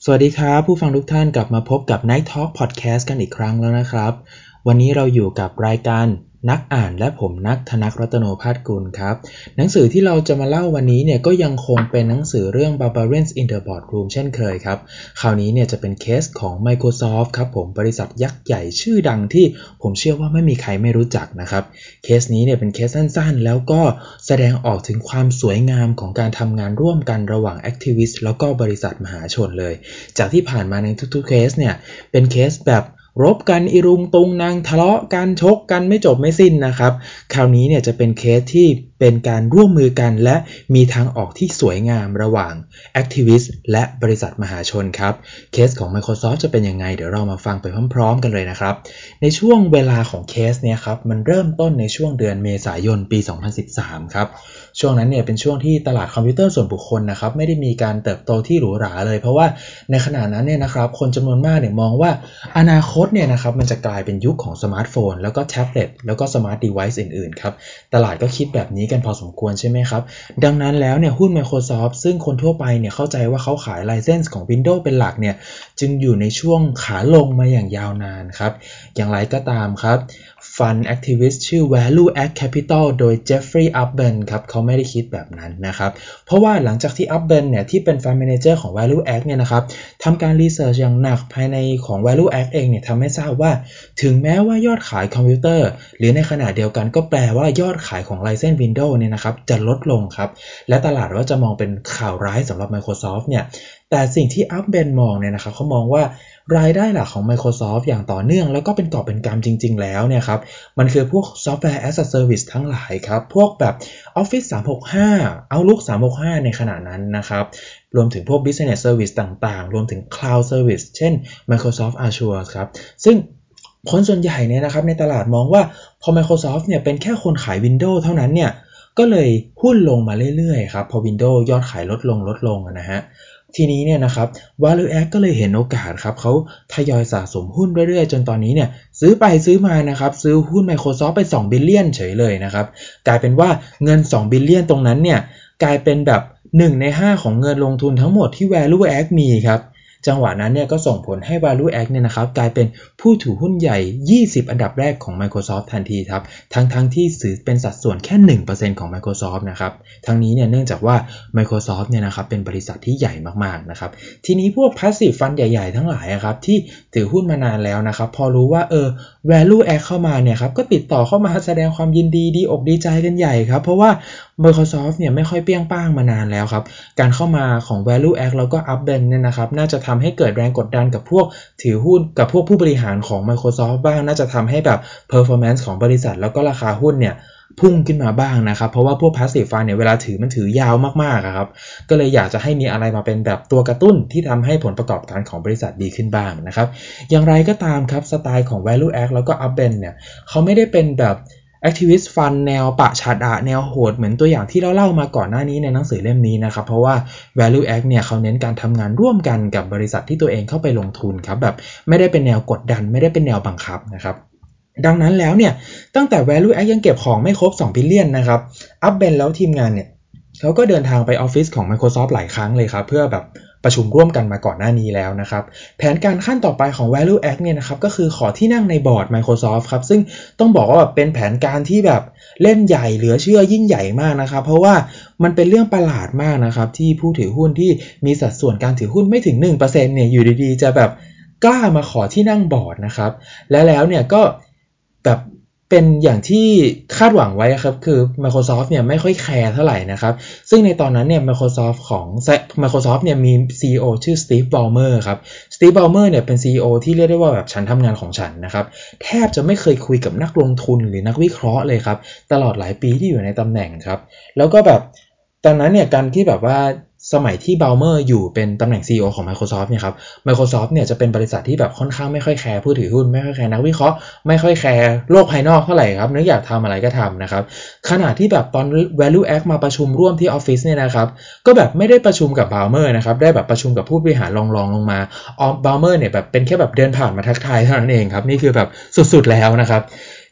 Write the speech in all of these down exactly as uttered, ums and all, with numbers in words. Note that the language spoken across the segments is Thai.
สวัสดีครับผู้ฟังทุกท่านกลับมาพบกับ Night Talk Podcast กันอีกครั้งแล้วนะครับวันนี้เราอยู่กับรายการนักอ่านและผมนักธนักรัตโนภาสกุลครับหนังสือที่เราจะมาเล่าวันนี้เนี่ยก็ยังคงเป็นหนังสือเรื่อง Barbarians in the Boardroom เช่นเคยครับคราวนี้เนี่ยจะเป็นเคสของ Microsoft ครับผมบริษัทยักษ์ใหญ่ชื่อดังที่ผมเชื่อว่าไม่มีใครไม่รู้จักนะครับเคสนี้เนี่ยเป็นเคสสั้นๆแล้วก็แสดงออกถึงความสวยงามของการทำงานร่วมกันระหว่างแอคทิวิสต์แล้วก็บริษัทมหาชนเลยจากที่ผ่านมาในทุกๆเคสเนี่ยเป็นเคสแบบรบกันอิรุงตุงนางทะเลาะกันชกกันไม่จบไม่สิ้นนะครับคราวนี้เนี่ยจะเป็นเคสที่เป็นการร่วมมือกันและมีทางออกที่สวยงามระหว่างแอคทิวิสต์และบริษัทมหาชนครับเคสของ Microsoft จะเป็นยังไงเดี๋ยวเรามาฟังไปพร้อมๆกันเลยนะครับในช่วงเวลาของเคสเนี่ยครับมันเริ่มต้นในช่วงเดือนเมษายนปีสองพันสิบสามครับช่วงนั้นเนี่ยเป็นช่วงที่ตลาดคอมพิวเตอร์ส่วนบุคคลนะครับไม่ได้มีการเติบโตที่หรูหราเลยเพราะว่าในขณะนั้นเนี่ยนะครับคนจำนวนมากเนี่ยมองว่าอนาคตเนี่ยนะครับมันจะกลายเป็นยุคของสมาร์ทโฟนแล้วก็แท็บเล็ตแล้วก็สมาร์ทดีไวซ์อื่นๆครับตลาดก็คิดแบบนี้กันพอสมควรใช่ไหมครับดังนั้นแล้วเนี่ยหุ้น Microsoft ซึ่งคนทั่วไปเนี่ยเข้าใจว่าเขาขายไลเซนส์ของ Windows เป็นหลักเนี่ยจึงอยู่ในช่วงขาลงมาอย่างยาวนานครับอย่างไรก็ตามครับฟัน Activist ชื่อ Value Act Capital โดย Jeffrey Ubben ครับเขาไม่ได้คิดแบบนั้นนะครับเพราะว่าหลังจากที่ Ubben เนี่ยที่เป็น Fund Manager ของ Value Act เนี่ยนะครับทำการรีเสิร์ชอย่างหนักภายในของ Value Act เองเนี่ยทำให้ทราบว่าถึงแม้ว่ายอดขายคอมพิวเตอร์หรือในขณะเดียวกันก็แปลว่ายอดขายของ License Windows เนี่ยนะครับจะลดลงครับและตลาดก็จะมองเป็นข่าวร้ายสำหรับ Microsoft เนี่ยแต่สิ่งที่ Ubben มองเนี่ยนะครับเขามองว่ารายได้หลักของ Microsoft อย่างต่อเนื่องแล้วก็เป็นกอบเป็นกำจริงๆแล้วเนี่ยครับมันคือพวก Software as a Service ทั้งหลายครับพวกแบบ Office สามหกห้า Outlook สามหกห้าในขณะนั้นนะครับรวมถึงพวก Business Service ต่างๆรวมถึง Cloud Service เช่น Microsoft Azure ครับซึ่งคนส่วนใหญ่เนี่ยนะครับในตลาดมองว่าพอ Microsoft เนี่ยเป็นแค่คนขาย Windows เท่านั้นเนี่ยก็เลยหุ้นลงมาเรื่อยๆครับพอ Windows ยอดขายลดลงลดลงนะฮะทีนี้เนี่ยนะครับ Value Act ก็เลยเห็นโอกาสครับเขาทยอยสะสมหุ้นเรื่อยๆจนตอนนี้เนี่ยซื้อไปซื้อมานะครับซื้อหุ้น Microsoft ไปสองบิลเลียนเฉยเลยนะครับกลายเป็นว่าเงินสองบิลเลียนตรงนั้นเนี่ยกลายเป็นแบบหนึ่งในห้าของเงินลงทุนทั้งหมดที่ Value Act มีครับจังหวะนั้นเนี่ยก็ส่งผลให้ Value Act เนี่ยนะครับกลายเป็นผู้ถือหุ้นใหญ่ยี่สิบอันดับแรกของ Microsoft ทันทีครับทั้งๆ ท, ที่ถือเป็นสัดส่วนแค่ หนึ่งเปอร์เซ็นต์ ของ Microsoft นะครับทั้งนี้เนี่ยเนื่องจากว่า Microsoft เนี่ยนะครับเป็นบริษัทที่ใหญ่มากๆนะครับทีนี้พวก Passive Fund ใหญ่ๆทั้งหลายครับที่ถือหุ้นมานานแล้วนะครับพอรู้ว่าเออ Value Act เข้ามาเนี่ยครับก็ติดต่อเข้ามาแสดงความยินดีดีอกดีใจกันใหญ่ครับเพราะว่า Microsoft เนี่ยไม่ค่อยเปี้ยงป้างมานานแล้วครับการเข้ามาของ Value Act แล้วก็ Upben เนี่ยนะครับน่าจะทำให้เกิดแรงกดดันกับพวกถือหุ้นกับพวกผู้บริหารของ Microsoft บ้างน่าจะทำให้แบบ performance ของบริษัทแล้วก็ราคาหุ้นเนี่ยพุ่งขึ้นมาบ้างนะครับเพราะว่าพวก passive fund เนี่ยเวลาถือมันถือยาวมากๆครับก็เลยอยากจะให้มีอะไรมาเป็นแบบตัวกระตุ้นที่ทำให้ผลประกอบการของบริษัทดีขึ้นบ้างนะครับอย่างไรก็ตามครับสไตล์ของ Value Act แล้วก็ Upben เนี่ยเขาไม่ได้เป็นแบบ Activist Fund แนวปะฉาดะแนวโหดเหมือนตัวอย่างที่เราเล่ามาก่อนหน้านี้ในหนังสือเล่มนี้นะครับเพราะว่า Value Act เนี่ยเขาเน้นการทำงานร่วมกันกับบริษัทที่ตัวเองเข้าไปลงทุนครับแบบไม่ได้เป็นแนวกดดันไม่ได้เป็นแนวบังคับนะครับดังนั้นแล้วเนี่ยตั้งแต่ Value Act ยังเก็บของไม่ครบสองบิลเลียนนะครับ Upben แล้วทีมงานเนี่ยเขาก็เดินทางไปออฟฟิศของ Microsoft หลายครั้งเลยครับเพื่อแบบประชุมร่วมกันมาก่อนหน้านี้แล้วนะครับแผนการขั้นต่อไปของ Value Act เนี่ยนะครับก็คือขอที่นั่งในบอร์ด Microsoft ครับซึ่งต้องบอกว่าแบบเป็นแผนการที่แบบเล่นใหญ่เหลือเชื่อยิ่งใหญ่มากนะครับเพราะว่ามันเป็นเรื่องประหลาดมากนะครับที่ผู้ถือหุ้นที่มีสัดส่วนการถือหุ้นไม่ถึง หนึ่งเปอร์เซ็นต์ เนี่ยอยู่ดีๆจะแบบกล้ามาขอที่นั่งบอร์ดนะครับและแล้วเนี่ยก็แบบเป็นอย่างที่คาดหวังไว้ครับคือ Microsoft เนี่ยไม่ค่อยแคร์เท่าไหร่นะครับซึ่งในตอนนั้นเนี่ย Microsoft ของ Microsoft เนี่ยมี ซี อี โอ ชื่อ Steve Ballmer ครับ Steve Ballmer เนี่ยเป็น ซี อี โอ ที่เรียกได้ว่าแบบฉันทำงานของฉันนะครับแทบจะไม่เคยคุยกับนักลงทุนหรือนักวิเคราะห์เลยครับตลอดหลายปีที่อยู่ในตำแหน่งครับแล้วก็แบบตอนนั้นเนี่ยการที่แบบว่าสมัยที่ Ballmer อยู่เป็นตำแหน่ง ซี อี โอ ของ Microsoft เนี่ยครับ Microsoft เนี่ยจะเป็นบริษัทที่แบบค่อนข้างไม่ค่อยแคร์ผู้ถือหุ้นไม่ค่อยแคร์นักวิเคราะห์ไม่ค่อยแคร์โลกภายนอกเท่าไหร่ครับนึกอยากทำอะไรก็ทำนะครับขณะที่แบบตอน Value Act มาประชุมร่วมที่ออฟฟิศเนี่ยนะครับก็แบบไม่ได้ประชุมกับ Ballmer นะครับได้แบบประชุมกับผู้บริหารรองๆลงมาออ Ballmer เนี่ยแบบเป็นแค่แบบเดินผ่านมาทักทายเท่านั้นเองครับนี่คือแบบสุดๆแล้วนะครับ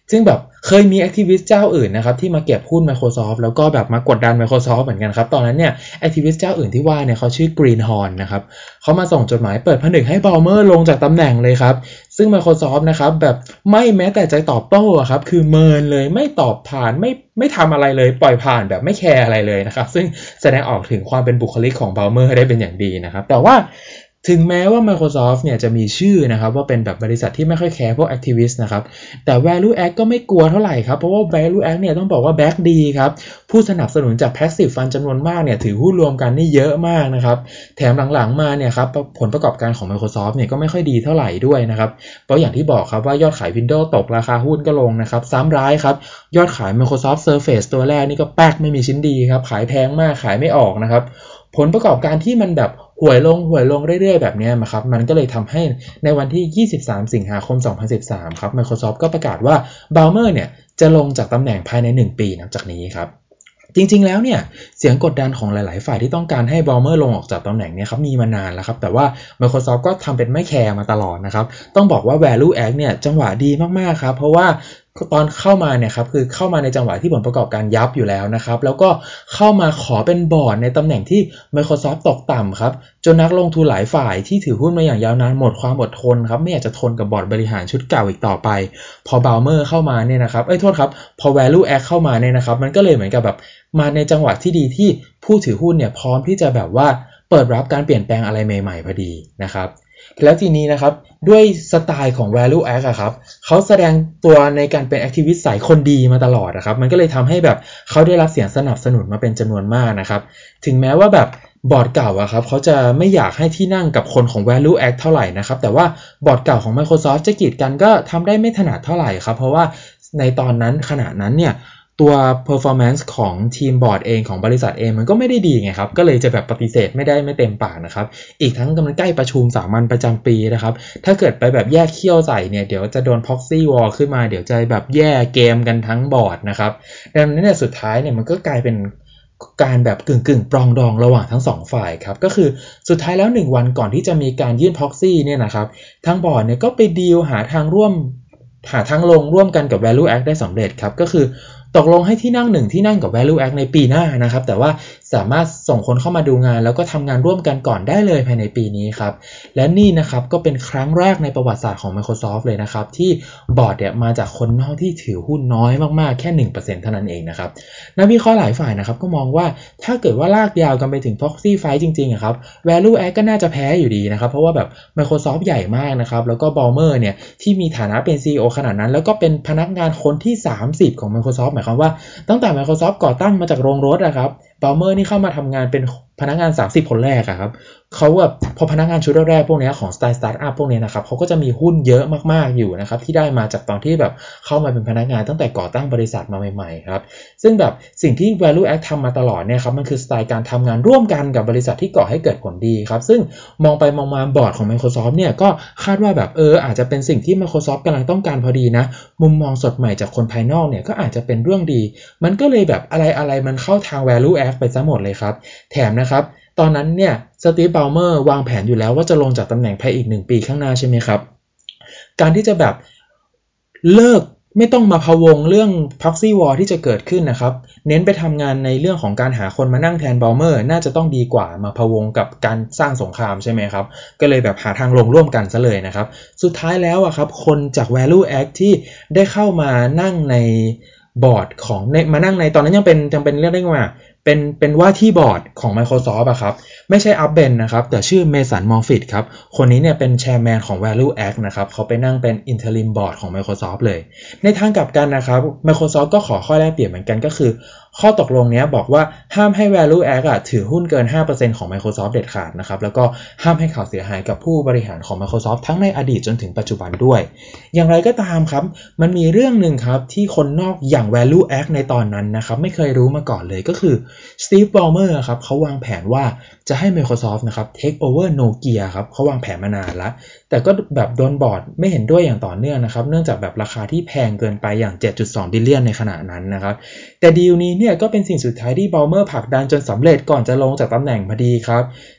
ซึ่งแบบเคยมีแอคทิวิสต์เจ้าอื่นนะครับที่มาเก็บหุ้น Microsoft แล้วก็แบบมากดดัน Microsoft เหมือนกันครับตอนนั้นเนี่ยแอคทิวิสต์เจ้าอื่นที่ว่าเนี่ยเขาชื่อ Greenhorn นะครับเขามาส่งจดหมายเปิดผนึกให้ Ballmer ลงจากตำแหน่งเลยครับซึ่ง Microsoft นะครับแบบไม่แม้แต่จะตอบโต้ครับคือเมินเลยไม่ตอบผ่านไม่ไม่ทำอะไรเลยปล่อยผ่านแบบไม่แคร์อะไรเลยนะครับซึ่งแสดงออกถึงความเป็นบุคลิกของ Ballmer ได้เป็นอย่างดีนะครับแต่ว่าถึงแม้ว่า Microsoft เนี่ยจะมีชื่อนะครับว่าเป็นแบบบริษัทที่ไม่ค่อยแคร์พวก Activist นะครับแต่ Value Act ก็ไม่กลัวเท่าไหร่ครับเพราะว่า Value Act เนี่ยต้องบอกว่าแบ็กดีครับผู้สนับสนุนจาก Passive Fund จำนวนมากเนี่ยถือหุ้นรวมกันนี่เยอะมากนะครับแถมหลังๆมาเนี่ยครับผลประกอบการของ Microsoft เนี่ยก็ไม่ค่อยดีเท่าไหร่ด้วยนะครับเพราะอย่างที่บอกครับว่ายอดขาย Windows ตกราคาหุ้นก็ลงนะครับซ้ำร้ายครับยอดขาย Microsoft Surface ตัวแรกนี่ก็แป๊กไม่มีชิ้นดีครับขายแพงมากขายไม่ออกนะครับผลประกอบการที่มันแบบห่วยลงห่วยลงเรื่อยๆแบบนี้นะครับมันก็เลยทำให้ในวันที่ยี่สิบสามสิงหาคมสองพันสิบสามครับ Microsoft ก็ประกาศว่า Ballmer เนี่ยจะลงจากตำแหน่งภายในหนึ่งปีนับจากนี้ครับจริงๆแล้วเนี่ยเสียงกดดันของหลายๆฝ่ายที่ต้องการให้ Ballmer ลงออกจากตำแหน่งเนี่ยครับมีมานานแล้วครับแต่ว่า Microsoft ก็ทำเป็นไม่แคร์มาตลอดนะครับต้องบอกว่า Value Act เนี่ยจังหวะดีมากๆครับเพราะว่าตอนเข้ามาเนี่ยครับคือเข้ามาในจังหวะที่ผลประกอบการยับอยู่แล้วนะครับแล้วก็เข้ามาขอเป็นบอร์ดในตำแหน่งที่ Microsoft ตกต่ำครับจนนักลงทุนหลายฝ่ายที่ถือหุ้นมาอย่างยาวนานหมดความอดทนครับไม่อยากจะทนกับบอร์ดบริหารชุดเก่าอีกต่อไปพอ Ballmer เข้ามาเนี่ยนะครับเอ้ยโทษครับพอ Value Act เข้ามาเนี่ยนะครับมันก็เลยเหมือนกับแบบมาในจังหวะที่ดีที่ผู้ถือหุ้นเนี่ยพร้อมที่จะแบบว่าเปิดรับการเปลี่ยนแปลงอะไรใหม่ๆพอดีนะครับแล้วทีนี้นะครับด้วยสไตล์ของ Value Act อะครับเขาแสดงตัวในการเป็น Activist สายคนดีมาตลอดนะครับมันก็เลยทำให้แบบเขาได้รับเสียงสนับสนุนมาเป็นจำนวนมากนะครับถึงแม้ว่าแบบบอร์ดเก่าอะครับเขาจะไม่อยากให้ที่นั่งกับคนของ Value Act เท่าไหร่นะครับแต่ว่าบอร์ดเก่าของ Microsoft จะกีดกันก็ทำได้ไม่ถนัดเท่าไหร่ครับเพราะว่าในตอนนั้นขณะนั้นเนี่ยตัว performance ของทีมบอร์ดเองของบริษัทเองมันก็ไม่ได้ดีไงครับก็เลยจะแบบปฏิเสธไม่ได้ไม่เต็มปากนะครับอีกทั้งกำลังใกล้ประชุมสามัญประจำปีนะครับถ้าเกิดไปแบบแยกเขี้ยวใส่เนี่ยเดี๋ยวจะโดน proxy war ขึ้นมาเดี๋ยวจะแบบแย่เกมกันทั้งบอร์ดนะครับดังนั้นเนี่ยสุดท้ายเนี่ยมันก็กลายเป็นการแบบกึ่งๆปรองดองระหว่างทั้งสองฝ่ายครับก็คือสุดท้ายแล้วหนึ่งวันก่อนที่จะมีการยื่น proxy เนี่ยนะครับทางบอร์ดเนี่ยก็ไปดีลหาทางร่วมหาทางลงร่วมกันกับ Value Act ได้สำเร็จครับก็คือตกลงให้ที่นั่งหนึ่งที่นั่งกับ Value Act ในปีหน้านะครับแต่ว่าสามารถส่งคนเข้ามาดูงานแล้วก็ทำงานร่วมกันก่อนได้เลยภายในปีนี้ครับและนี่นะครับก็เป็นครั้งแรกในประวัติศาสตร์ของ Microsoft เลยนะครับที่บอร์ดเนี่ยมาจากคนนอกที่ถือหุ้นน้อยมากๆแค่ หนึ่งเปอร์เซ็นต์ เท่านั้นเองนะครับนักวิเคราะห์หลายฝ่ายนะครับก็มองว่าถ้าเกิดว่าลากยาวกันไปถึง proxy fight จริงๆครับ Value Act ก็น่าจะแพ้อยู่ดีนะครับเพราะว่าแบบ Microsoft ใหญ่มากนะครับแล้วก็ Ballmer เนี่ยที่มีฐานะเป็น ซี อี โอ ขนาดนั้นแล้วก็เป็นพนักงานคนที่สามสิบของ Microsoft หมายความว่าตั้งแต่ Microsoft ก่อตั้งมาจากโรงรถอะครับ Ballmer นี่เข้ามาทำงานเป็นพนักงานสามสิบคนแรกอะครับเขาแบบพอพนักงานชุดแรกๆพวกนี้ของสไตล์สตาร์ทอัพพวกนี้นะครับเขาก็จะมีหุ้นเยอะมากๆอยู่นะครับที่ได้มาจากตอนที่แบบเข้ามาเป็นพนักงานตั้งแต่ก่อตั้งบริษัทมาใหม่ๆครับซึ่งแบบสิ่งที่ Value Act ทำมาตลอดเนี่ยครับมันคือสไตล์การทำงานร่วมกันกับบริษัทที่ก่อให้เกิดผลดีครับซึ่งมองไปมองมาบอร์ดของ Microsoft เนี่ยก็คาดว่าแบบเอออาจจะเป็นสิ่งที่ Microsoft กำลังต้องการพอดีนะมุมมองสดใหม่จากคนภายนอกเนี่ยก็อาจจะเป็นเรื่องดีมันก็เลยแบบอะไรๆมันเข้าทาง Value Act ไปซะหมดเลยครับแถมนะครับตอนนั้นเนี่ยสตีฟ บัลเมอร์วางแผนอยู่แล้วว่าจะลงจากตำแหน่งภายอีกหนึ่งปีข้างหน้าใช่ไหมครับการที่จะแบบเลิกไม่ต้องมาพะวงเรื่อง proxy war ที่จะเกิดขึ้นนะครับเน้นไปทำงานในเรื่องของการหาคนมานั่งแทน Ballmer น่าจะต้องดีกว่ามาพะวงกับการสร้างสงครามใช่ไหมครับก็เลยแบบหาทางลงร่วมกันซะเลยนะครับสุดท้ายแล้วอะครับคนจาก Value Act ที่ได้เข้ามานั่งในบอร์ดของมานั่งในตอนนั้นยังเป็นยังเป็นเรียกได้ว่าเป็นเป็นว่าที่บอร์ดของ Microsoft อะครับไม่ใช่อัพเบนนะครับแต่ชื่อเมสันมอร์ฟิตครับคนนี้เนี่ยเป็นแชร์แมนของ Value Act นะครับเขาไปนั่งเป็น Interim Board ของ Microsoft เลยในทางกลับกันนะครับ Microsoft ก็ขอข้อแลกเปลี่ยนเหมือนกันก็คือข้อตกลงนี้บอกว่าห้ามให้ Value Act อ่ะถือหุ้นเกิน ห้าเปอร์เซ็นต์ ของ Microsoft เด็ดขาดนะครับแล้วก็ห้ามให้ข่าวเสียหายกับผู้บริหารของ Microsoft ทั้งในอดีตจนถึงปัจจุบันด้วยอย่างไรก็ตามครับมันมีเรื่องนึงครับที่คนนอกอย่าง Value Act ในตอนนั้นนะครับไม่เคยรู้มาก่อนเลยก็คือ Steve Ballmer ครับเขาวางแผนว่าจะให้ Microsoft นะครับ take over Nokia ครับเขาวางแผนมานานแล้วแต่ก็แบบโดนบอร์ดไม่เห็นด้วยอย่างต่อเนื่องนะครับเนื่องจากแบบราคาที่แพงเกินไปอย่าง เจ็ดจุดสอง บิลเลียนในขณะนั้นนะครับแต่ดีลนี้เนี่ยก็เป็นสิ่งสุดท้ายที่ Ballmer ผลักดันจนสำเร็จก่อนจะลงจากตำแหน่งพอดีครับ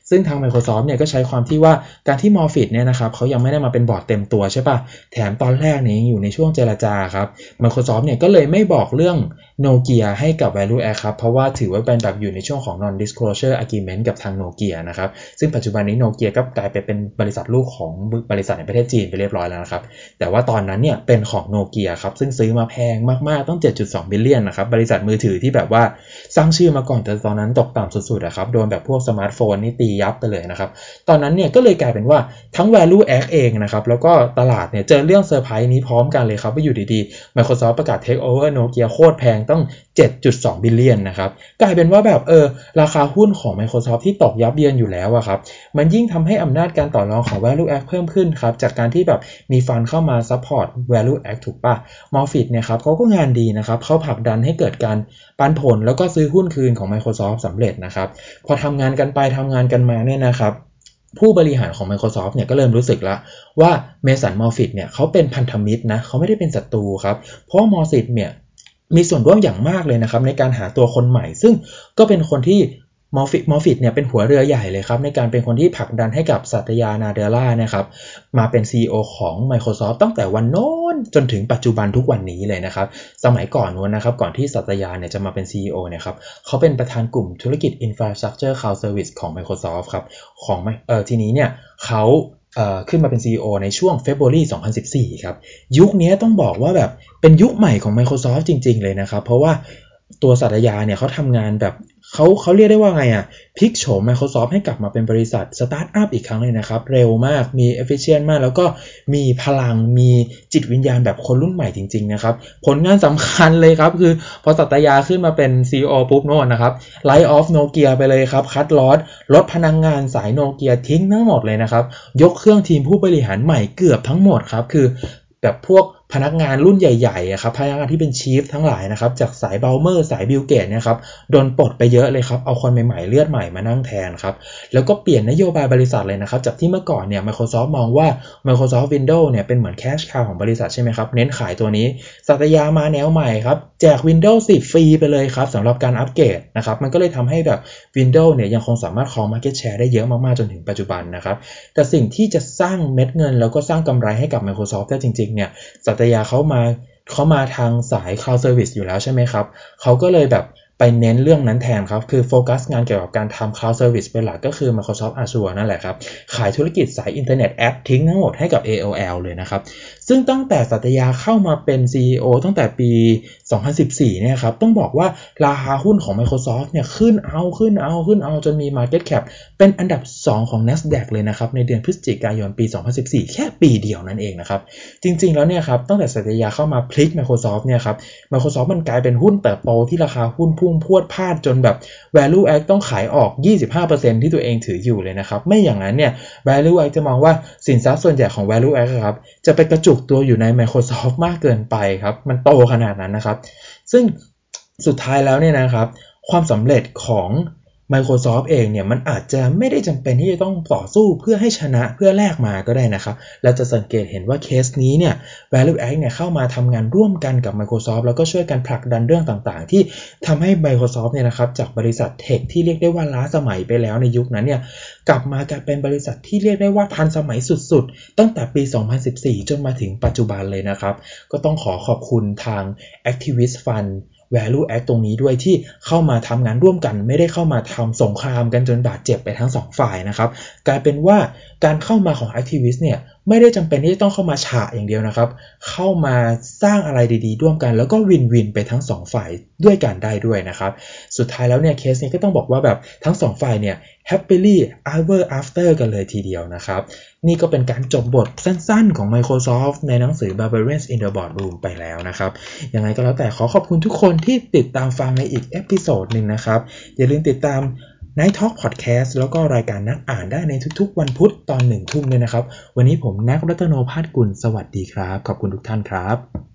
ซึ่งทาง Microsoft เนี่ยก็ใช้ความที่ว่าการที่ Morpheus เนี่ยนะครับเขายังไม่ได้มาเป็นบอร์ดเต็มตัวใช่ป่ะแถมตอนแรกเนี่ยยังอยู่ในช่วงเจรจาครับ Microsoft เนี่ยก็เลยไม่บอกเรื่อง Nokia ให้กับ ValueAct ครับเพราะว่าถือว่าเป็นแบบอยู่ในช่วงของ non disclosure agreement กับทาง Nokia นะครับซึ่งปัจจุบันนี้ Nokia ก็กลายไปเป็นบริษัทลูกของบริษัทในประเทศจีนไปเรียบร้อยแล้วนะครับแต่ว่าตอนนั้นเนี่ยเป็นของ Nokia ครับซึ่งซื้อมาแพงมากๆต้อง เจ็ดจุดสอง บิลเลียนนะครับบริษัทมือถือที่แบบว่าสร้างชื่อมาก่อนแต่ตอนนั้นตกต่ำสุดๆครับโดนแบบพวกสมาร์ทโฟนนี่ตียับไปเลยนะครับตอนนั้นเนี่ยก็เลยกลายเป็นว่าทั้ง ValueAct เองนะครับแล้วก็ตลาดเนี่ยเจอเรื่องเซอร์ไพรส์นี้พร้อมกันเลยครับว่าอยู่ดีๆ Microsoft ประกาศ Take over Nokia โคตรแพงต้อง เจ็ดจุดสอง บิลเลียนนะครับกลายเป็นว่าแบบเออราคาหุ้นของ Microsoft ที่ตกยับเยินอยู่แล้วอะครับมันยิ่งทำให้อำนาจการต่อรองของ ValueAct เพิ่มขึ้นครับจากการที่แบบมีฟันเข้ามา support ValueAct ถูกป่ะ Morpheus เนี่ยครับเขาก็งานดีนะครับเขาผลักดันให้เกิดการปันผลแล้วก็ซื้อหุ้นคืนของ Microsoft สำเร็จนะครับพอทำงานกันไปทำงานกันมาเนี่ยนะครับผู้บริหารของ Microsoft เนี่ยก็เริ่มรู้สึกแล้วว่าเมสัน Morpheus เนี่ยเขาเป็นพันธมิตรนะเขาไม่ได้เป็นศัตรูครับเพราะ Morpheus เนี่ยมีส่วนร่วมอย่างมากเลยนะครับในการหาตัวคนใหม่ซึ่งก็เป็นคนที่มอร์ฟิมอร์ฟิตเนี่ยเป็นหัวเรือใหญ่เลยครับในการเป็นคนที่ผลักดันให้กับสัตยานาเดล่านะครับมาเป็น ซี อี โอ ของ Microsoft ตั้งแต่วันโน้นจนถึงปัจจุบันทุกวันนี้เลยนะครับสมัยก่อนนู้นนะครับก่อนที่สัตยาเนี่ยจะมาเป็น ซี อี โอ เนี่ยครับเขาเป็นประธานกลุ่มธุรกิจ Infrastructure Cloud Service ของ Microsoft ครับของเอ่อทีนี้เนี่ยเขาเอ่อขึ้นมาเป็น ซี อี โอ ในช่วง February สองพันสิบสี่ครับยุคนี้ต้องบอกว่าแบบเป็นยุคใหม่ของ Microsoft จริงๆเลยนะครับเพราะว่าตัวสัตยาเนี่ยเขาทำงานแบบเขาเขาเรียกได้ว่าไงอ่ะพลิกโฉม Microsoft ให้กลับมาเป็นบริษัทสตาร์ทอัพอีกครั้งเลยนะครับเร็วมากมี efficient มากแล้วก็มีพลังมีจิตวิญญาณแบบคนรุ่นใหม่จริงๆนะครับผลงานสำคัญเลยครับคือพอสัตยาขึ้นมาเป็น ซี อี โอ ปุ๊บโน่นนะครับ Light off Nokia ไปเลยครับคัดลอสลดพนักงานสาย Nokia ทิ้งทั้งหมดเลยนะครับยกเครื่องทีมผู้บริหารใหม่เกือบทั้งหมดครับคือแบบพวกพนักงานรุ่นใหญ่ๆครับพนักงานที่เป็นชีฟทั้งหลายนะครับจากสายเบลเมอร์สายบิลเกตเนี่ยครับโดนปลดไปเยอะเลยครับเอาคนใหม่ๆเลือดใหม่มานั่งแทนครับแล้วก็เปลี่ยนนโยบายบริษัทเลยนะครับจากที่เมื่อก่อนเนี่ย Microsoft มองว่า Microsoft Windows เนี่ยเป็นเหมือน cash cow ของบริษัทใช่ไหมครับเน้นขายตัวนี้สัตยามาแนวใหม่ครับแจก Windows สิบฟรีไปเลยครับสำหรับการอัปเกรดนะครับมันก็เลยทำให้แบบ Windows เนี่ยยังคงสามารถครอง market share ได้เยอะมากๆจนถึงปัจจุบันนะครับแต่สิ่งที่จะสร้างเม็ดเงินแล้วก็สร้างกำไรให้กับ Microsoft ได้จริงๆเนี่ยสัตยาเขามาเขามาทางสาย Cloud Service อยู่แล้วใช่ไหมครับเขาก็เลยแบบไปเน้นเรื่องนั้นแทนครับคือโฟกัสงานเกี่ยวกับการทำ Cloud Service เป็นหลักก็คือ Microsoft Azure นั่นแหละครับขายธุรกิจสายอินเทอร์เน็ตแอปทิ้งทั้งหมดให้กับ เอ โอ แอล เลยนะครับซึ่งตั้งแต่สัตยาเข้ามาเป็น ซี อี โอ ตั้งแต่ปี สองพันสิบสี่ เนี่ยครับต้องบอกว่าราคาหุ้นของ Microsoft เนี่ยขึ้นเอาขึ้นเอาขึ้นเอาจนมี Market Cap เป็นอันดับสองของ NASDAQ เลยนะครับในเดือนพฤศจิกายนปี สองพันสิบสี่ แค่ปีเดียวนั่นเองนะครับจริงๆแล้วเนี่ยครับตั้งแต่สัตยาเข้ามาพลิก Microsoft เนี่ยครับ Microsoft มันกลายเป็นหุ้นเติบโตที่ราคาหุ้นพุ่งพรวดพราดจนแบบ ValueAct ต้องขายออก ยี่สิบห้าเปอร์เซ็นต์ ที่ตัวเองถืออยู่เลยนะครับไม่อย่างนั้นเนี่ย ValueAct จะมองว่าสินทรัพย์ส่วนใหญ่ของ ValueAct ครับจะไปกระจุกตัวอยู่ใน Microsoft มากเกินไปครับมันโตขนาดนั้นนะครับซึ่งสุดท้ายแล้วเนี่ยนะครับความสำเร็จของ Microsoft เองเนี่ยมันอาจจะไม่ได้จำเป็นที่จะต้องต่อสู้เพื่อให้ชนะเพื่อแลกมาก็ได้นะครับเราจะสังเกตเห็นว่าเคสนี้เนี่ย ValueAct เนี่ยเข้ามาทำงานร่วมกันกับ Microsoft แล้วก็ช่วยกันผลักดันเรื่องต่างๆที่ทำให้ Microsoft เนี่ยนะครับจากบริษัทเทคที่เรียกได้ว่าล้าสมัยไปแล้วในยุคนั้นเนี่ยกลับมากลายเป็นบริษัทที่เรียกได้ว่าทันสมัยสุดๆตั้งแต่ปี สองพันสิบสี่ จนมาถึงปัจจุบันเลยนะครับก็ต้องขอขอบคุณทาง Activist Fund ValueAct ตรงนี้ด้วยที่เข้ามาทำงานร่วมกันไม่ได้เข้ามาทำสงครามกันจนบาดเจ็บไปทั้งสองฝ่ายนะครับกลายเป็นว่าการเข้ามาของ Activist เนี่ยไม่ได้จำเป็นที่จะต้องเข้ามาฉะอย่างเดียวนะครับเข้ามาสร้างอะไรดีๆร่วมกันแล้วก็วินวินไปทั้งสองฝ่ายด้วยกันได้ด้วยนะครับสุดท้ายแล้วเนี่ยเคสนี้ก็ต้องบอกว่าแบบทั้งสองฝ่ายเนี่ย happily ever after กันเลยทีเดียวนะครับนี่ก็เป็นการจบบทสั้นๆของ Microsoft ในหนังสือ Barbarians in the Boardroom ไปแล้วนะครับยังไงก็แล้วแต่ขอขอบคุณทุกคนที่ติดตามฟังในอีกเอพิโซดหนึ่งนะครับอย่าลืมติดตาม Night Talk Podcast แล้วก็รายการนักอ่านได้ในทุกๆวันพุธตอนหนึ่งทุ่มด้วยนะครับวันนี้ผมนักรัตโนภาสกุลสวัสดีครับขอบคุณทุกท่านครับ